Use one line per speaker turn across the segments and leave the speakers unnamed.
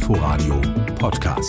Inforadio Podcast.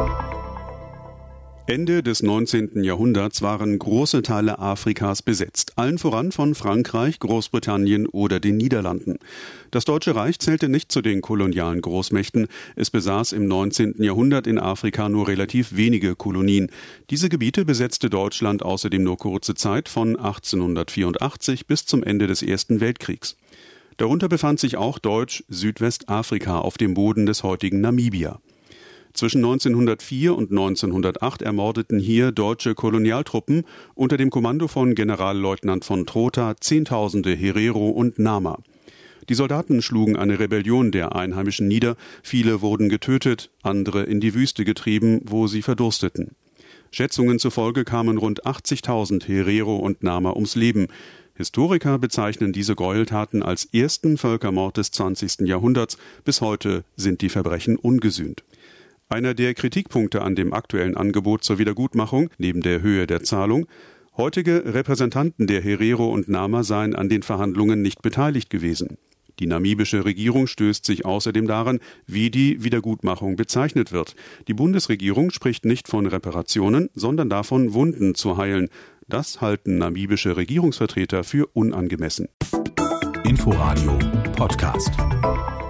Ende des 19. Jahrhunderts waren große Teile Afrikas besetzt, allen voran von Frankreich, Großbritannien oder den Niederlanden. Das Deutsche Reich zählte nicht zu den kolonialen Großmächten. Es besaß im 19. Jahrhundert in Afrika nur relativ wenige Kolonien. Diese Gebiete besetzte Deutschland außerdem nur kurze Zeit, von 1884 bis zum Ende des Ersten Weltkriegs. Darunter befand sich auch Deutsch-Südwestafrika auf dem Boden des heutigen Namibia. Zwischen 1904 und 1908 ermordeten hier deutsche Kolonialtruppen unter dem Kommando von Generalleutnant von Trotha Zehntausende Herero und Nama. Die Soldaten schlugen eine Rebellion der Einheimischen nieder, viele wurden getötet, andere in die Wüste getrieben, wo sie verdursteten. Schätzungen zufolge kamen rund 80.000 Herero und Nama ums Leben. Historiker bezeichnen diese Gräueltaten als ersten Völkermord des 20. Jahrhunderts. Bis heute sind die Verbrechen ungesühnt. Einer der Kritikpunkte an dem aktuellen Angebot zur Wiedergutmachung, neben der Höhe der Zahlung: heutige Repräsentanten der Herero und Nama seien an den Verhandlungen nicht beteiligt gewesen. Die namibische Regierung stößt sich außerdem daran, wie die Wiedergutmachung bezeichnet wird. Die Bundesregierung spricht nicht von Reparationen, sondern davon, Wunden zu heilen. Das halten namibische Regierungsvertreter für unangemessen.
Inforadio Podcast.